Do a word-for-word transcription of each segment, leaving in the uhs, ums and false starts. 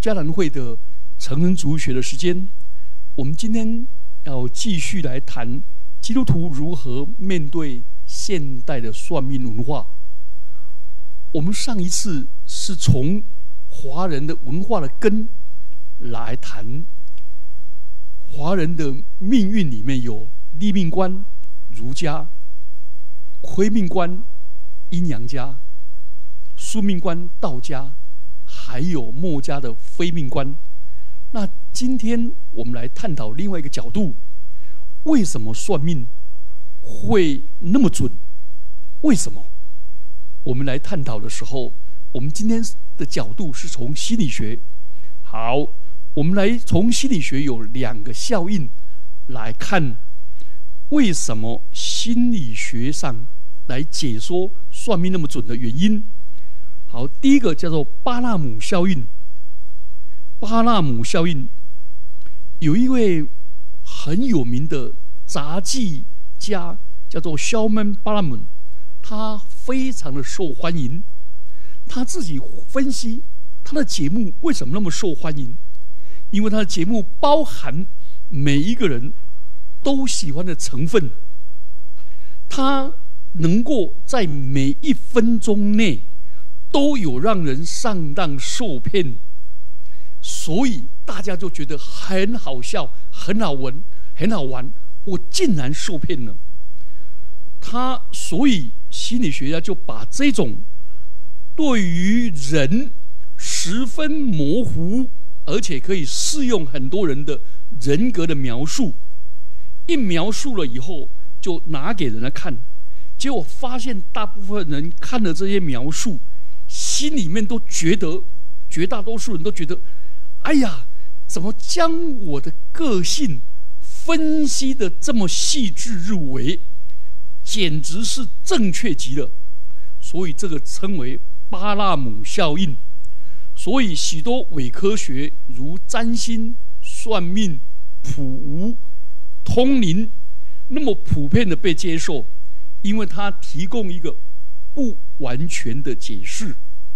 迦南会的成人主学的时间，我们今天要继续来谈基督徒如何面对现代的算命文化。我们上一次是从华人的文化的根来谈，华人的命运里面有立命观、儒家、亏命观、阴阳家、宿命观、道家，还有墨家的非命观。那今天我们来探讨另外一个角度，为什么算命会那么准？为什么？我们来探讨的时候，我们今天的角度是从心理学。好，我们来从心理学有两个效应来看，为什么心理学上来解说算命那么准的原因。好，第一个叫做巴纳姆效应。巴纳姆效应有一位很有名的杂技家叫做肖曼·巴纳姆，他非常的受欢迎。他自己分析他的节目为什么那么受欢迎，因为他的节目包含每一个人都喜欢的成分，他能够在每一分钟内都有让人上当受骗，所以大家就觉得很好笑、很好玩、很好玩。我竟然受骗了。他所以心理学家就把这种对于人十分模糊，而且可以适用很多人的人格的描述，一描述了以后就拿给人家看，结果发现大部分人看了这些描述，心里面都觉得，绝大多数人都觉得，哎呀，怎么将我的个性分析的这么细致入微，简直是正确极了。所以这个称为巴纳姆效应。所以许多伪科学如占星、算命、卜筮、通灵那么普遍的被接受，因为它提供一个不完全的解释。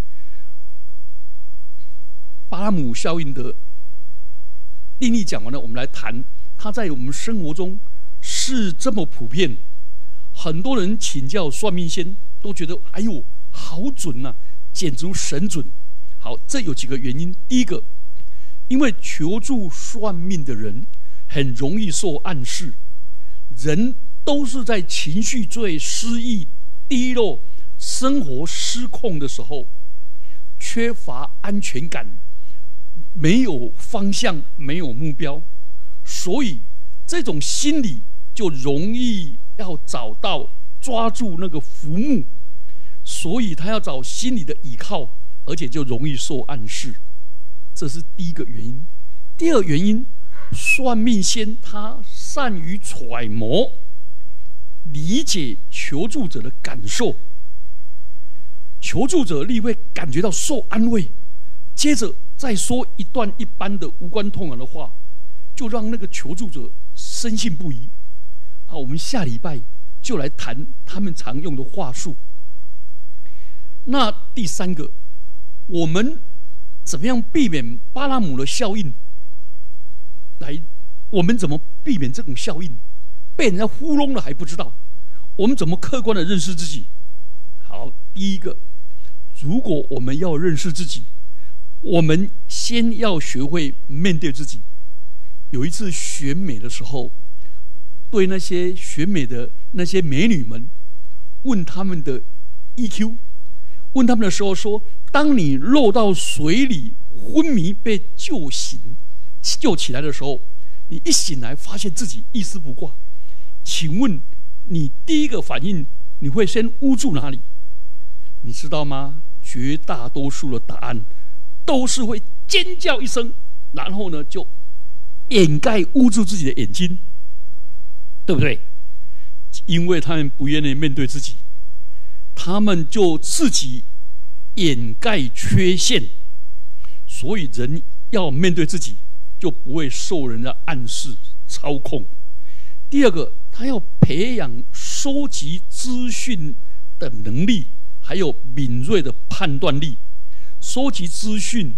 巴纳姆效应的定义讲完了，我们来谈它在我们生活中是这么普遍。很多人请教算命先都觉得，哎呦，好准啊，简直神准。好，这有几个原因。第一个，因为求助算命的人很容易受暗示，人都是在情绪最失意、低落、生活失控的时候，缺乏安全感，没有方向，没有目标，所以这种心理就容易要找到抓住那个浮木，所以他要找心理的依靠，而且就容易受暗示。这是第一个原因。第二原因，算命先他善于揣摩、理解求助者的感受，求助者立会感觉到受安慰，接着再说一段一般的无关痛痒的话，就让那个求助者深信不疑。好，我们下礼拜就来谈他们常用的话术。那第三个，我们怎么样避免巴纳姆的效应？来，我们怎么避免这种效应？被人家糊弄了还不知道，我们怎么客观的认识自己？好，第一个，如果我们要认识自己，我们先要学会面对自己。有一次选美的时候，对那些选美的那些美女们，问他们的 E Q， 问他们的时候说：当你落到水里昏迷被救醒、救起来的时候，你一醒来发现自己一丝不挂，请问你第一个反应你会先捂住哪里？你知道吗？绝大多数的答案都是会尖叫一声，然后呢就掩盖捂住自己的眼睛，对不对？因为他们不愿意面对自己，他们就自己掩盖缺陷，所以人要面对自己，就不会受人的暗示操控。第二个，他要培养收集资讯的能力，还有敏锐的判断力。收集资讯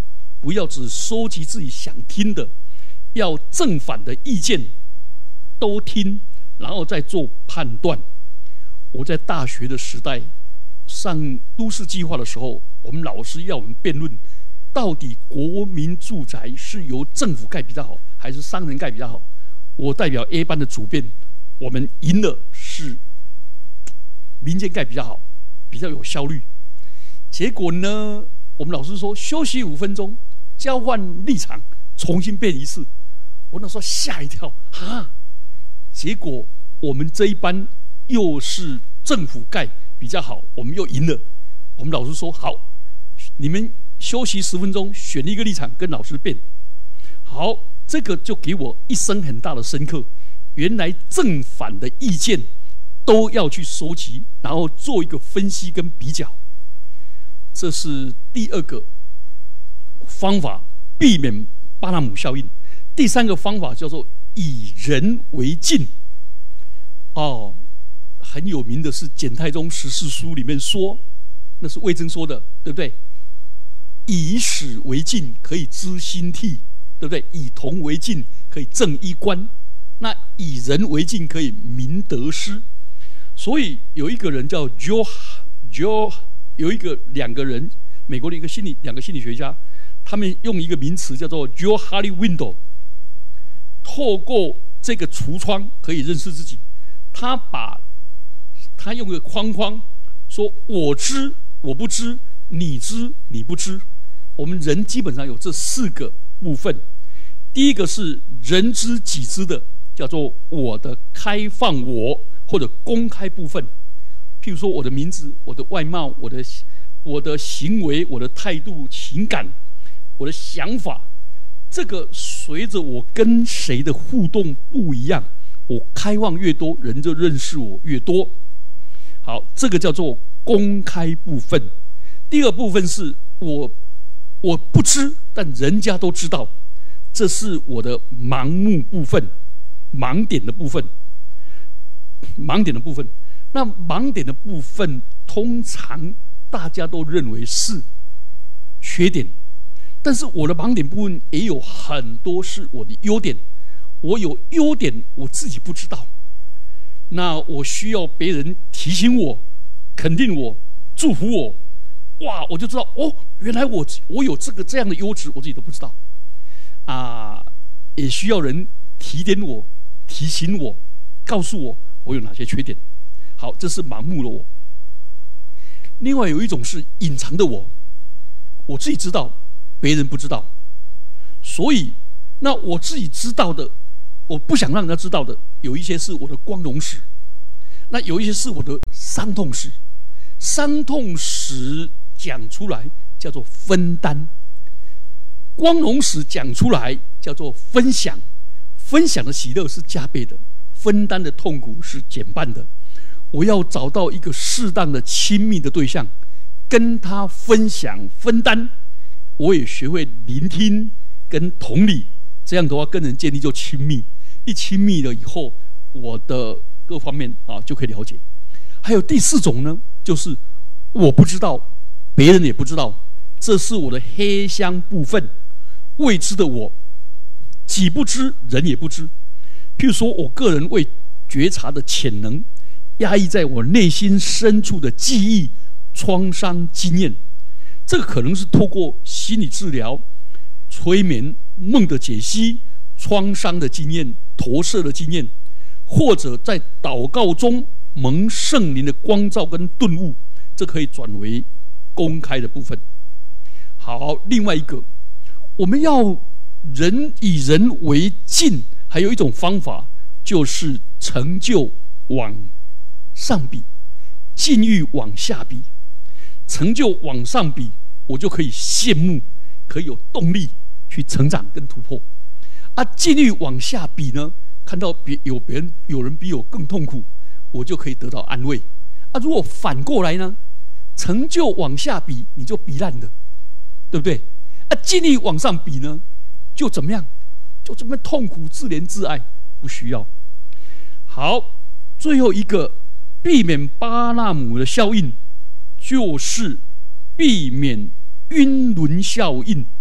不要只收集自己想听的，要正反的意见都听，然后再做判断。我在大学的时代上都市计划的时候，我们老师要我们辩论，到底国民住宅是由政府盖比较好，还是商人盖比较好？我代表 A 班的主辩，我们赢了，是民间盖比较好，比较有效率。结果呢，我们老师说休息五分钟，交换立场，重新辩一次。我那时候吓一跳，哈！结果我们这一班又是政府盖比较好，我们又赢了。我们老师说好，你们休息十分钟，选一个立场跟老师辩。好，这个就给我一生很大的深刻。原来正反的意见都要去收集，然后做一个分析跟比较。这是第二个方法，避免巴纳姆效应。第三个方法叫做以人为镜。哦，很有名的是简太宗十四书里面说，那是魏征说的，对不对？以史为镜，可以知兴替，对不对？以铜为镜，可以正衣冠。那以人为镜，可以明得失。所以有一个人叫 Joe Joe。有一个两个人，美国的一个心理两个心理学家，他们用一个名词叫做 Joe Hardy Window， 透过这个橱窗可以认识自己。他把他用个框框说：我知我不知，你知你不知。我们人基本上有这四个部分。第一个是人知己知的，叫做我的开放我或者公开部分。譬如说我的名字、我的外貌、我的我的行为、我的态度、情感、我的想法，这个随着我跟谁的互动不一样，我开放越多，人就认识我越多。好，这个叫做公开部分。第二部分是我我不知，但人家都知道，这是我的盲目部分、盲点的部分、盲点的部分。那盲点的部分，通常大家都认为是缺点，但是我的盲点部分也有很多是我的优点。我有优点，我自己不知道，那我需要别人提醒我、肯定我、祝福我，哇，我就知道哦，原来我我有这个这样的优质，我自己都不知道啊，也需要人提点我、提醒我、告诉我我有哪些缺点。好，这是盲目的我。另外有一种是隐藏的我，我自己知道，别人不知道。所以，那我自己知道的，我不想让人家知道的，有一些是我的光荣史，那有一些是我的伤痛史。伤痛史讲出来叫做分担，光荣史讲出来叫做分享。分享的喜乐是加倍的，分担的痛苦是减半的。我要找到一个适当的亲密的对象，跟他分享分担。我也学会聆听跟同理，这样的话跟人建立就亲密。一亲密了以后，我的各方面啊就可以了解。还有第四种呢，就是我不知道，别人也不知道，这是我的黑箱部分，未知的我，己不知，人也不知。譬如说我个人未觉察的潜能，压抑在我内心深处的记忆、创伤经验，这个可能是透过心理治疗、催眠、梦的解析、创伤的经验、投射的经验，或者在祷告中蒙圣灵的光照跟顿悟，这可以转为公开的部分。好，另外一个，我们要人以人为镜，还有一种方法就是成就往上比，境遇往下比。成就往上比，我就可以羡慕，可以有动力去成长跟突破。啊，境遇往下比呢，看到别有别人有人比我更痛苦，我就可以得到安慰。啊，如果反过来呢，成就往下比，你就比烂的，对不对？啊，境遇往上比呢，就怎么样？就这么痛苦自怜自爱，不需要。好，最后一个避免巴纳姆的效应，就是避免晕轮效应。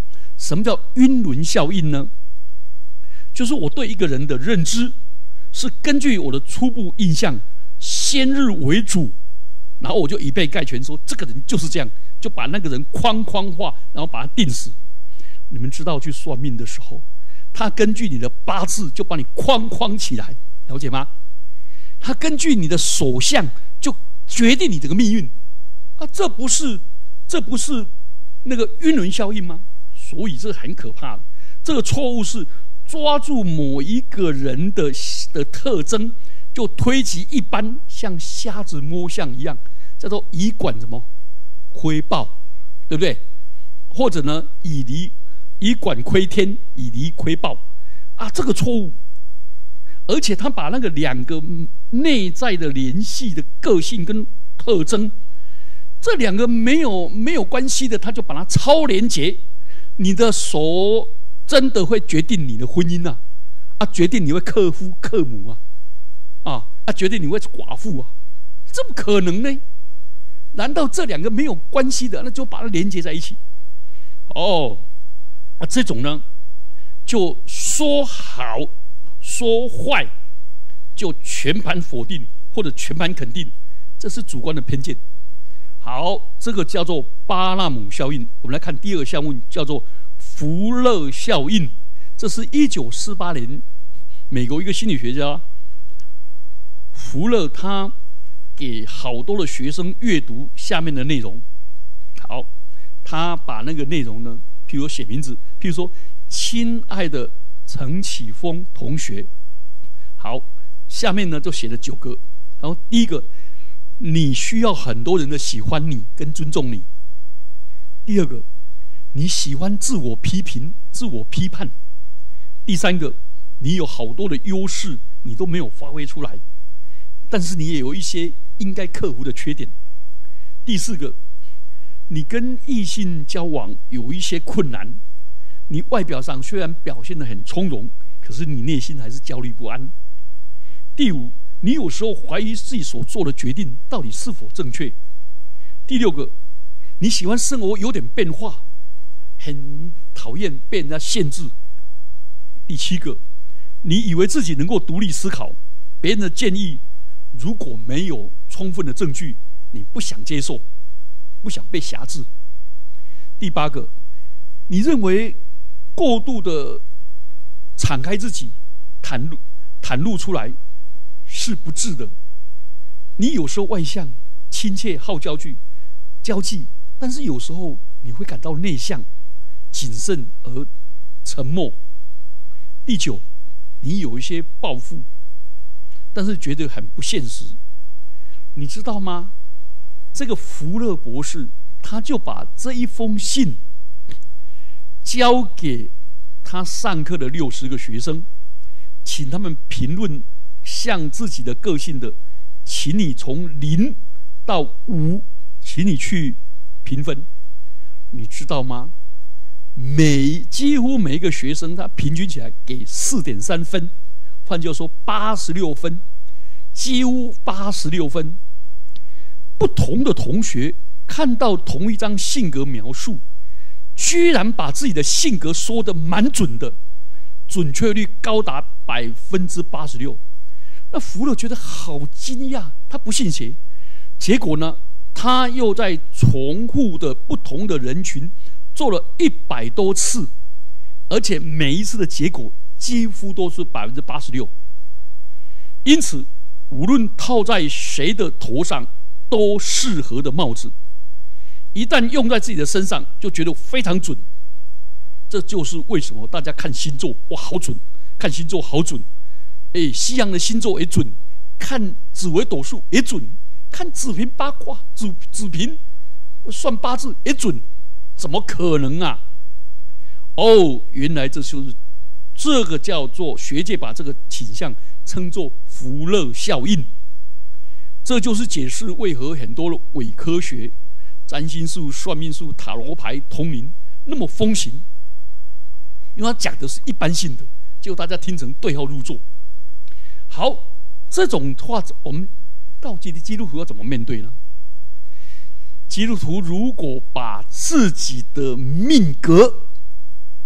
什么叫晕轮效应呢？就是我对一个人的认知是根据我的初步印象先入为主，然后我就以偏概全说这个人就是这样，就把那个人框框化，然后把他定死。你们知道去算命的时候，他根据你的八字就把你框框起来，了解吗？他根据你的手相就决定你这个命运啊，这不是这不是那个晕轮效应吗？所以这个很可怕的。这个错误是抓住某一个人的的特征，就推及一般，像瞎子摸象一样，叫做以管什么窥豹，对不对？或者呢，以离以管窥天，以离窥豹啊，这个错误。而且他把那个两个内在的联系的个性跟特征，这两个没有没有关系的，他就把它超连结。你的手真的会决定你的婚姻啊，啊，决定你会克夫克母啊，啊啊，决定你会寡妇啊，怎么可能呢？难道这两个没有关系的，那就把它连接在一起？哦，啊，这种呢，就说好说坏，就全盘否定或者全盘肯定，这是主观的偏见。好，这个叫做巴纳姆效应。我们来看第二个项目，叫做福勒效应。这是一九四八年，美国一个心理学家福勒，他给好多的学生阅读下面的内容。好，他把那个内容呢，譬如写名字，譬如说，亲爱的陈启峰同学。好，下面呢就写了九个。然后第一个，你需要很多人的喜欢你跟尊重你。第二个，你喜欢自我批评、自我批判。第三个，你有好多的优势，你都没有发挥出来，但是你也有一些应该克服的缺点。第四个，你跟异性交往有一些困难，你外表上虽然表现得很从容，可是你内心还是焦虑不安。第五，你有时候怀疑自己所做的决定到底是否正确。第六个，你喜欢生活有点变化，很讨厌被人家限制。第七个，你以为自己能够独立思考，别人的建议如果没有充分的证据，你不想接受，不想被辖制。第八个，你认为过度的敞开自己，袒露袒露出来是不智的。你有时候外向、亲切、好交际、交际，但是有时候你会感到内向、谨慎而沉默。第九，你有一些抱负，但是觉得很不现实。你知道吗？这个福勒博士，他就把这一封信交给他上课的六十个学生，请他们评论像自己的个性的，请你从零到五，请你去评分。你知道吗？每几乎每一个学生，他平均起来给四点三分，换句话说，八十六分，几乎八十六分。不同的同学看到同一张性格描述，居然把自己的性格说得蛮准的，准确率高达百分之八十六。那福勒觉得好惊讶，他不信邪。结果呢，他又在重复的不同的人群做了一百多次，而且每一次的结果几乎都是百分之八十六。因此，无论套在谁的头上，都适合的帽子，一旦用在自己的身上，就觉得非常准。这就是为什么大家看星座，哇，好准！看星座好准，哎，西洋的星座也准，看紫微斗数也准，看子平八卦、子子平算八字也准。怎么可能啊？哦，原来这就是这个叫做学界把这个倾向称作福勒效应。这就是解释为何很多的伪科学、占星术、算命术、塔罗牌、通灵那么风行，因为他讲的是一般性的，结果大家听成对号入座。好，这种话我们到底基督徒要怎么面对呢？基督徒如果把自己的命格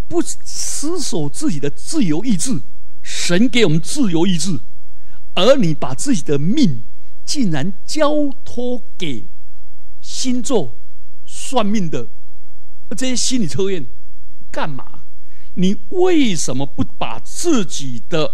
不持守自己的自由意志，神给我们自由意志，而你把自己的命竟然交托给星座算命的这些心理测验，干嘛？你为什么不把自己的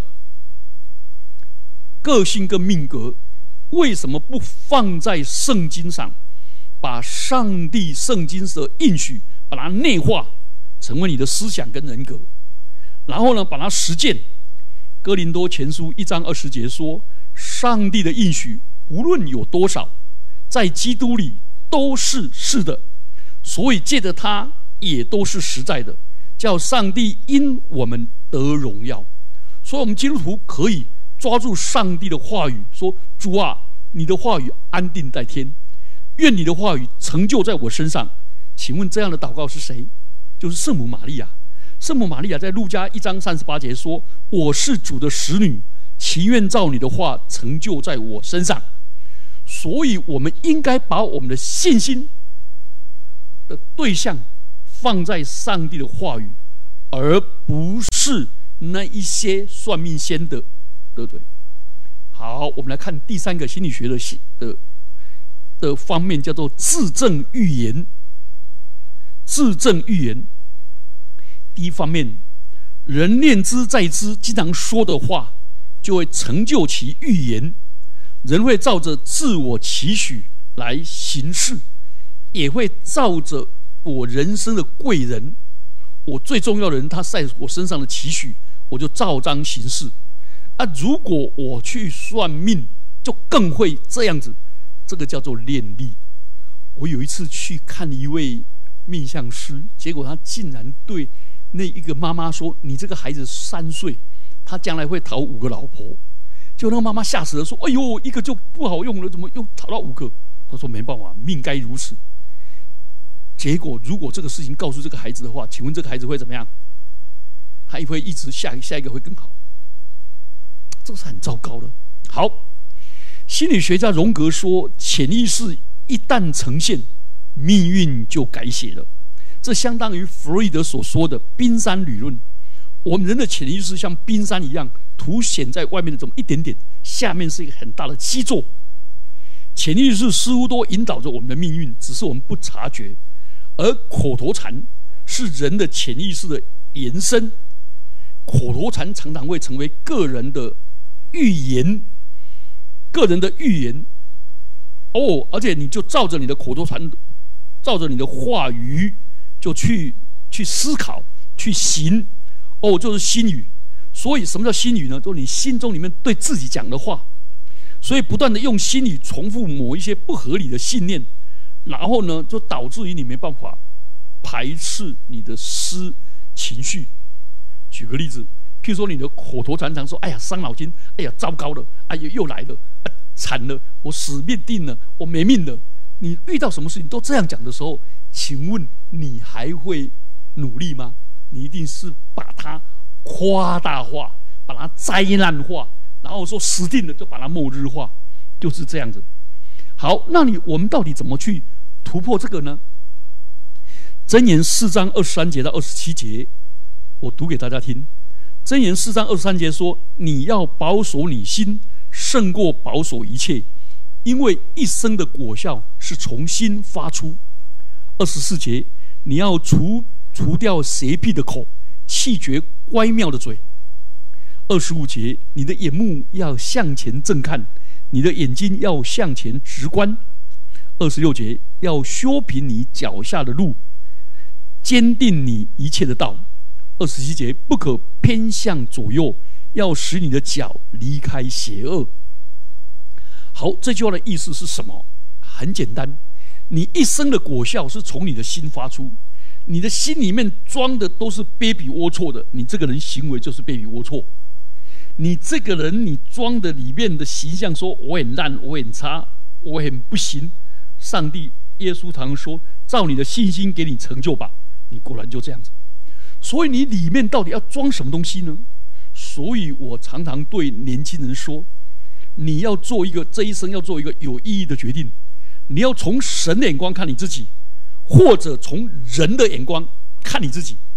个性跟命格，为什么不放在圣经上，把上帝圣经的应许把它内化成为你的思想跟人格，然后呢把它实践？哥林多前书一章二十节说，上帝的应许无论有多少，在基督里都是是的，所以借着他也都是实在的，叫上帝因我们得荣耀。所以我们基督徒可以抓住上帝的话语，说主啊，你的话语安定在天，愿你的话语成就在我身上。请问这样的祷告是谁？就是圣母玛利亚。圣母玛利亚在路加一章三十八节说，我是主的使女，情愿照你的话成就在我身上。所以我们应该把我们的信心的对象放在上帝的话语，而不是那一些算命先的，对不对？好，我们来看第三个心理学的的的方面，叫做自证预言。自证预言，第一方面，人念之在之，经常说的话，就会成就其预言。人会照着自我期许来行事，也会照着我人生的贵人，我最重要的人，他在我身上的期许，我就照章行事。啊，如果我去算命，就更会这样子，这个叫做念力。我有一次去看一位命相师，结果他竟然对那一个妈妈说：“你这个孩子三岁，他将来会讨五个老婆。”就那个妈妈吓死了，说：“哎呦，一个就不好用了，怎么又讨到五个？”他说：“没办法，命该如此。”结果，如果这个事情告诉这个孩子的话，请问这个孩子会怎么样？他会一直下下一个会更好，这是很糟糕的。好，心理学家荣格说，潜意识一旦呈现，命运就改写了。这相当于弗洛伊德所说的冰山理论。我们人的潜意识像冰山一样，凸显在外面的这么一点点，下面是一个很大的基座。潜意识似乎都引导着我们的命运，只是我们不察觉。而口头禅是人的潜意识的延伸，口头禅常常会成为个人的预言，个人的预言。哦，而且你就照着你的口头禅，照着你的话语，就去去思考，去行。哦，就是心语。所以什么叫心语呢？就是你心中里面对自己讲的话。所以不断的用心语重复某一些不合理的信念，然后呢，就导致于你没办法排斥你的思情绪。举个例子，譬如说你的口头禅常说：“哎呀，伤脑筋！哎呀，糟糕了！哎呀，又来了！啊，惨了！我死命定了！我没命了！”你遇到什么事情都这样讲的时候，请问你还会努力吗？你一定是把它夸大化，把它灾难化，然后说死定了就把它末日化，就是这样子。好，那你我们到底怎么去突破这个呢？箴言四章二十三节到二十七节，我读给大家听。箴言四章二十三节说：“你要保守你心，胜过保守一切，因为一生的果效是从心发出。”二十四节，你要除除掉邪僻的口，弃绝乖妙的嘴。二十五节，你的眼目要向前正看，你的眼睛要向前直观。二十六节，要修平你脚下的路，坚定你一切的道。二十七节，不可偏向左右，要使你的脚离开邪恶。好，这句话的意思是什么？很简单，你一生的果效是从你的心发出。你的心里面装的都是卑鄙龌龊的，你这个人行为就是卑鄙龌龊。你这个人，你装的里面的形象说我很烂，我很差，我很不行。上帝耶稣常说：“照你的信心给你成就吧。”你果然就这样子。所以你里面到底要装什么东西呢？所以我常常对年轻人说：你要做一个这一生要做一个有意义的决定，你要从神的眼光看你自己，或者从人的眼光看你自己。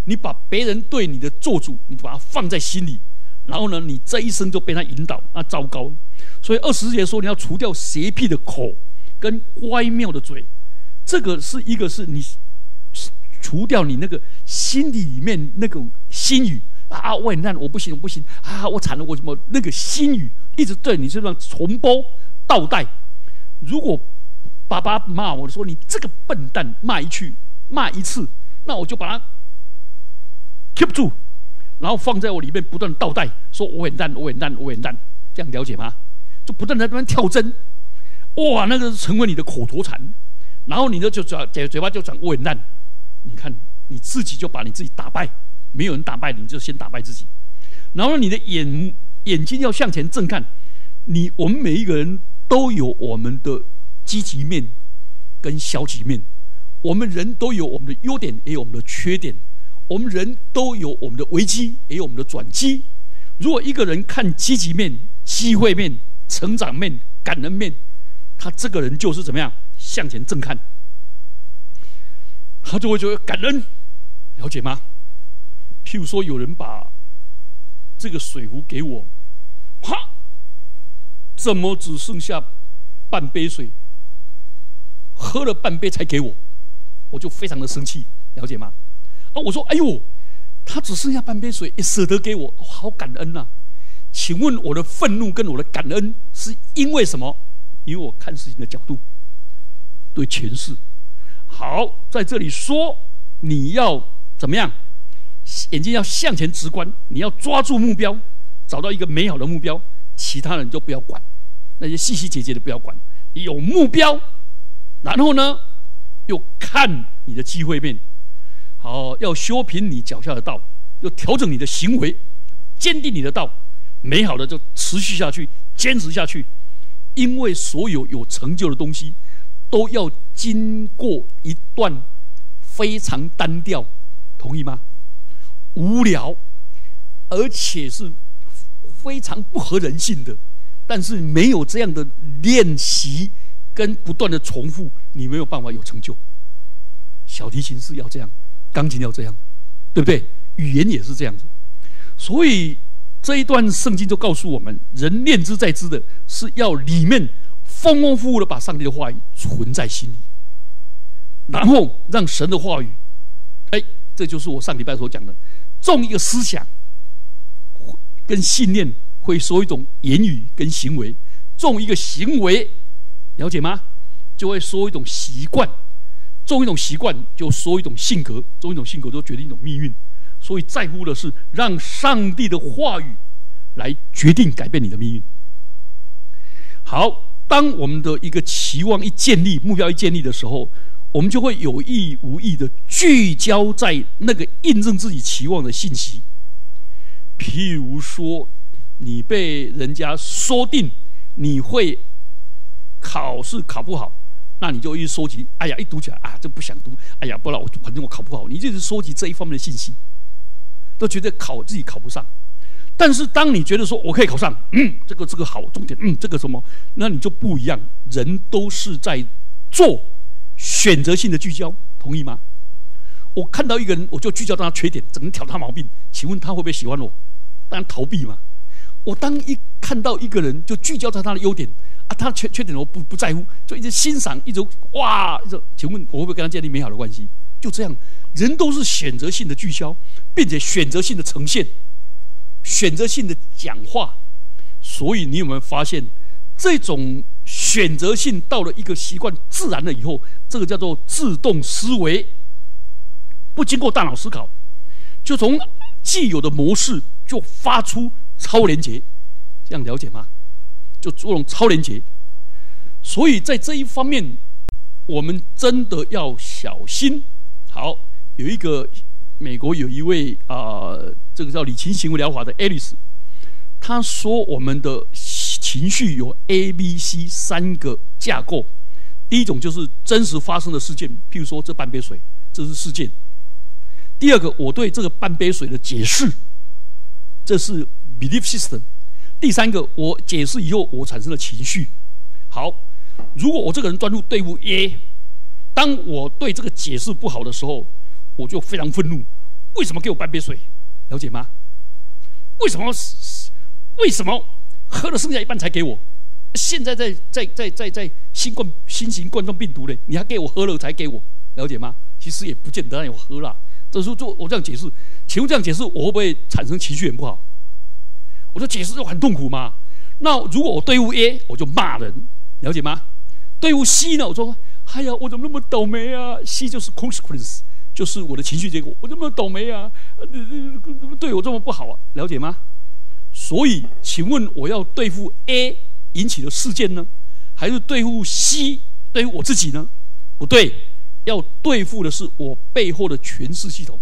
你把别人对你的做主，你把它放在心里，然后呢，你这一生就被他引导，那糟糕。所以二十节说你要除掉邪僻的口跟乖谬的嘴，这个是一个是你除掉你那个心里里面那种心语啊，我很烂，我不行，我不行啊，我惨了，我什么那个心语一直对你这样重播倒带。如果爸爸骂我说你这个笨蛋，骂一句骂一次，那我就把它 keep 住，然后放在我里面不断倒带，说我很烂，我很烂，我很烂，这样了解吗？就不断在那边跳针，哇，那个成为你的口头禅，然后你的就嘴嘴巴就讲我很烂，你看你自己就把你自己打败，没有人打败你，你就先打败自己。然后你的眼眼睛要向前正看，你我们每一个人都有我们的积极面跟消极面，我们人都有我们的优点，也有我们的缺点，我们人都有我们的危机，也有我们的转机。如果一个人看积极面、机会面、成长面、感恩面，他这个人就是怎么样向前正看，他就会觉得感恩，了解吗？譬如说，有人把这个水壶给我，哈，怎么只剩下半杯水？喝了半杯才给我，我就非常的生气，了解吗？啊，我说，哎呦，他只剩下半杯水，也舍得给我，哦、好感恩呐、啊！请问我的愤怒跟我的感恩是因为什么？因为我看事情的角度，对诠释。好，在这里说，你要怎么样？眼睛要向前直观，你要抓住目标，找到一个美好的目标，其他人就不要管，那些细细节节的不要管。你有目标，然后呢，又看你的机会面。好，要修平你脚下的道，要调整你的行为，坚定你的道，美好的就持续下去，坚持下去。因为所有有成就的东西，都要经过一段非常单调，同意吗？无聊，而且是非常不合人性的。但是没有这样的练习跟不断的重复，你没有办法有成就。小提琴是要这样，钢琴要这样，对不对？语言也是这样子。所以这一段圣经就告诉我们，人念之在之的是要里面丰丰富富的把上帝的话语存在心里，然后让神的话语，哎，这就是我上礼拜所讲的，种一个思想跟信念，会说一种言语跟行为；种一个行为，了解吗？就会说一种习惯；种一种习惯，就说一种性格；种一种性格，就决定一种命运。所以在乎的是让上帝的话语来决定改变你的命运。好，当我们的一个期望一建立，目标一建立的时候，我们就会有意无意的聚焦在那个印证自己期望的信息。譬如说，你被人家说定你会考试考不好，那你就一直收集，哎呀，一读起来啊，这不想读，哎呀，不然我反正我考不好，你就一直收集这一方面的信息。都觉得考自己考不上，但是当你觉得说我可以考上，嗯，这个这个好重点，嗯，这个什么，那你就不一样。人都是在做选择性的聚焦，同意吗？我看到一个人，我就聚焦到他缺点，整个挑他毛病，请问他会不会喜欢我？当然逃避嘛。我当一看到一个人，就聚焦在他的优点啊，他的缺缺点我不不在乎，就一直欣赏，一直哇，一直，请问我会不会跟他建立美好的关系？就这样，人都是选择性的聚焦，并且选择性的呈现，选择性的讲话。所以你有没有发现，这种选择性到了一个习惯自然了以后，这个叫做自动思维，不经过大脑思考，就从既有的模式就发出超连结，这样了解吗？就做成超连结。所以在这一方面，我们真的要小心。好，有一个美国有一位啊、呃，这个叫理情行为疗法的 Alice， 他说我们的情绪有 A、B、C 三个架构。第一种就是真实发生的事件，譬如说这半杯水，这是事件。第二个，我对这个半杯水的解释，这是 belief system。第三个，我解释以后我产生了情绪。好，如果我这个人专注对付 A，当我对这个解释不好的时候，我就非常愤怒， 为什么给我半杯水？了解吗？为什么？为什么喝了剩下一半才给我？现在在在在在在新冠新型冠状病毒呢，你还给我喝了才给我？了解吗？其实也不见得让我喝了。这时候就我这样解释，请问这样解释我会不会产生情绪很不好？我说解释就很痛苦嘛。那如果我对付 A， 我就骂人，了解吗？对付 C 呢，我说哎呀，我怎么那么倒霉啊 ？C 就是 consequence， 就是我的情绪结果，我怎么那么倒霉啊？对我这么不好啊？了解吗？所以，请问我要对付 A 引起的事件呢，还是对付 C 对付我自己呢？不对，要对付的是我背后的诠释系统。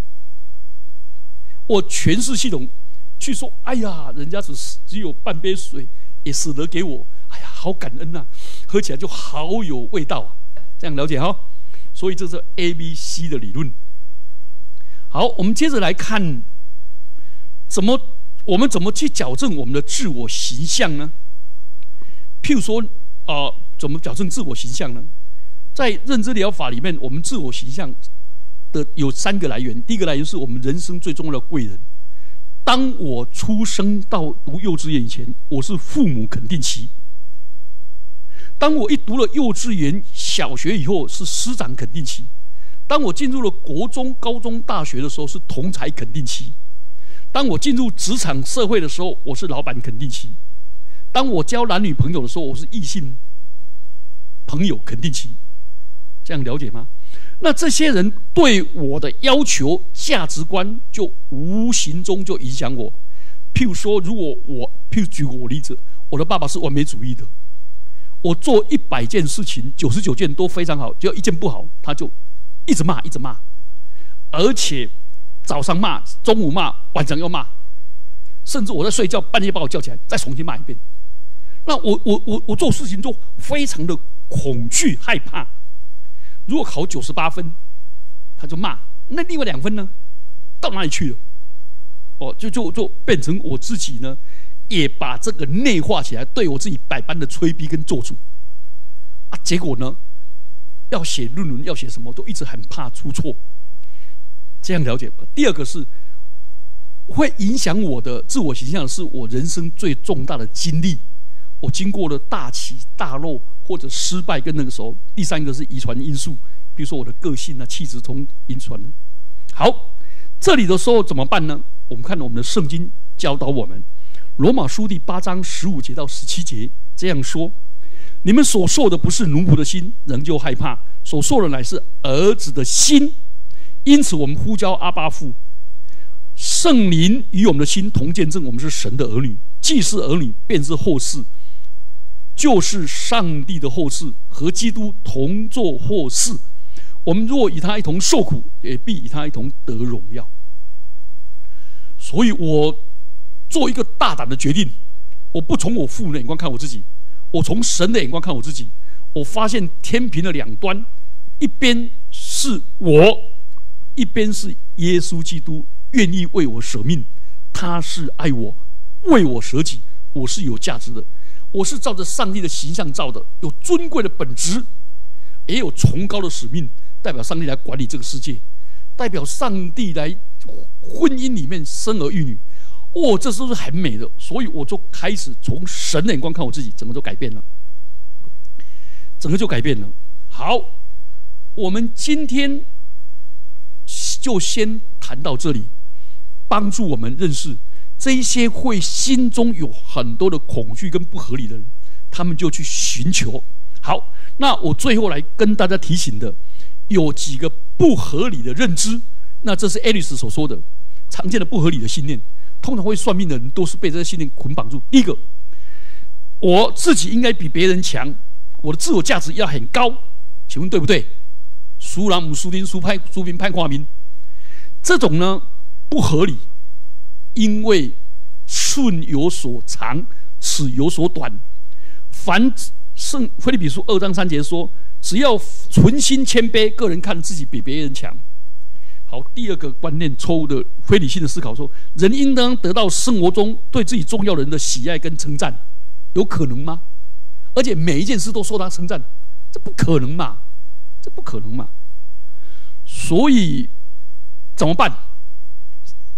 我诠释系统去说，哎呀，人家只只有半杯水，也舍得给我，哎呀，好感恩呐、啊，喝起来就好有味道啊。这样了解哈？所以这是 A B C 的理论。好，我们接着来看，怎么我们怎么去矫正我们的自我形象呢？譬如说，啊、呃，怎么矫正自我形象呢？在认知疗法里面，我们自我形象的有三个来源。第一个来源是我们人生最重要的贵人。当我出生到读幼稚园以前，我是父母肯定期；当我一读了幼稚园、小学以后，是师长肯定期；当我进入了国中、高中、大学的时候，是同侪肯定期；当我进入职场社会的时候，我是老板肯定期；当我交男女朋友的时候，我是异性朋友肯定期。这样了解吗？那这些人对我的要求、价值观，就无形中就影响我。譬如说，如果我，譬如举我例子，我的爸爸是完美主义的，我做一百件事情，九十九件都非常好，只要一件不好，他就一直骂，一直骂，而且早上骂，中午骂，晚上又骂，甚至我在睡觉，半夜把我叫起来，再重新骂一遍。那我我我我做事情就非常的恐惧害怕。如果考九十八分，他就骂，那另外两分呢，到哪里去了？哦，就就就变成我自己呢，也把这个内化起来，对我自己百般的催逼跟做主啊。结果呢，要写论文，要写什么，都一直很怕出错。这样了解吧？第二个是会影响我的自我形象，是我人生最重大的经历。我经过了大起大落，或者失败跟那个时候。第三个是遗传因素，比如说我的个性啊、气质从遗传的。好，这里的时候怎么办呢？我们看我们的圣经教导我们，罗马书第八章十五节到十七节这样说：你们所受的不是奴仆的心，仍旧害怕；所受的乃是儿子的心。因此，我们呼叫阿爸父。圣灵与我们的心同见证，我们是神的儿女。既是儿女，便是后嗣。就是上帝的后嗣，和基督同作后嗣。我们若与他一同受苦，也必与他一同得荣耀。所以我做一个大胆的决定，我不从我父母的眼光看我自己，我从神的眼光看我自己。我发现天平的两端，一边是我，一边是耶稣基督愿意为我舍命，他是爱我，为我舍己，我是有价值的。我是照着上帝的形象造的，有尊贵的本质，也有崇高的使命，代表上帝来管理这个世界，代表上帝来婚姻里面生儿育女。哦，这都是很美的。所以我就开始从神的眼光看我自己，整个就改变了，整个就改变了。好，我们今天就先谈到这里，帮助我们认识。这一些会心中有很多的恐惧跟不合理的人，他们就去寻求。好，那我最后来跟大家提醒的，有几个不合理的认知。那这是 Alice 所说的常见的不合理的信念。通常会算命的人都是被这些信念捆绑住。第一个，我自己应该比别人强，我的自我价值要很高。请问对不对？苏朗姆、苏丁、苏派、苏平、潘华明，这种呢不合理。因为寸有所长，尺有所短。凡圣腓立比书二章三节说，只要存心谦卑，个人看自己比别人强。好，第二个观念错误的非理性的思考说，人应当得到生活中对自己重要的人的喜爱跟称赞，有可能吗？而且每一件事都受他称赞，这不可能嘛？这不可能嘛？所以怎么办？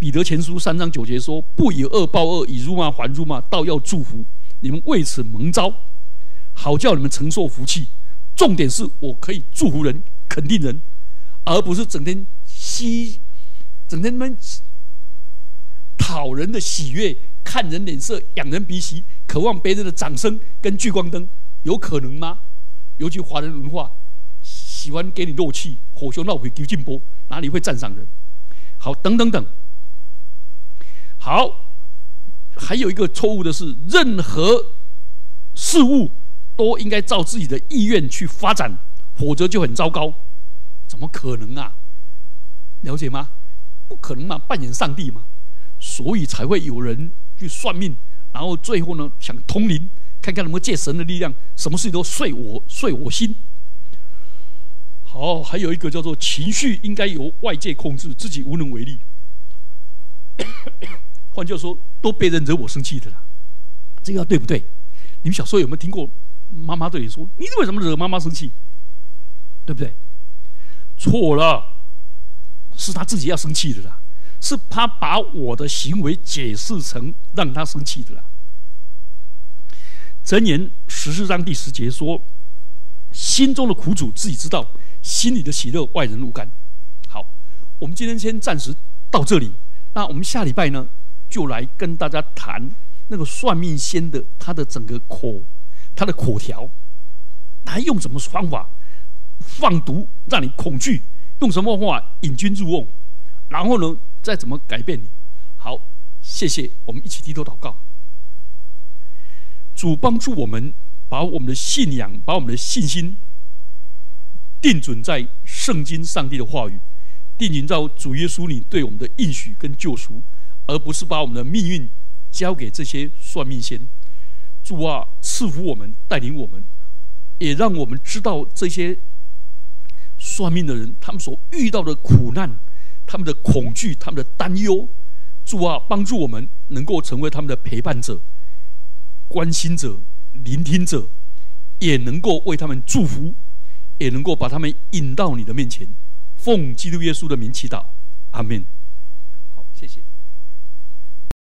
彼得前书三章九节说：“不以恶报恶，以辱骂还辱骂，倒要祝福你们，为此蒙召，好叫你们承受福气。”重点是我可以祝福人、肯定人，而不是整天吸、整天们讨人的喜悦、看人脸色、仰人鼻息、渴望别人的掌声跟聚光灯，有可能吗？尤其华人文化喜欢给你肉气，火熊闹鬼丢进波，哪里会赞赏人？好，等等等。好，还有一个错误的是，任何事物都应该照自己的意愿去发展，否则就很糟糕。怎么可能啊？了解吗？不可能嘛，扮演上帝嘛，所以才会有人去算命，然后最后呢想通灵，看看能不能借神的力量，什么事情都遂我遂我心。好，还有一个叫做情绪应该由外界控制，自己无能为力。换句话说，都别人惹我生气的啦，这个对不对？你们小时候有没有听过妈妈对你说：“你为什么惹妈妈生气？”对不对？错了，是他自己要生气的啦，是他把我的行为解释成让他生气的啦。箴言十四章第十节说：“心中的苦楚自己知道，心里的喜乐外人无干。”好，我们今天先暂时到这里。那我们下礼拜呢，就来跟大家谈那个算命仙的他的整个口，他的口条，他用什么方法放毒让你恐惧，用什么方法引君入瓮，然后呢再怎么改变你。好，谢谢，我们一起低头祷告。主帮助我们，把我们的信仰，把我们的信心定准在圣经上帝的话语，定准在主耶稣你对我们的应许跟救赎，而不是把我们的命运交给这些算命仙。主啊，赐福我们，带领我们，也让我们知道这些算命的人他们所遇到的苦难，他们的恐惧，他们的担忧。主啊，帮助我们能够成为他们的陪伴者、关心者、聆听者，也能够为他们祝福，也能够把他们引到你的面前。奉基督耶稣的名祈祷，阿们。好，谢谢。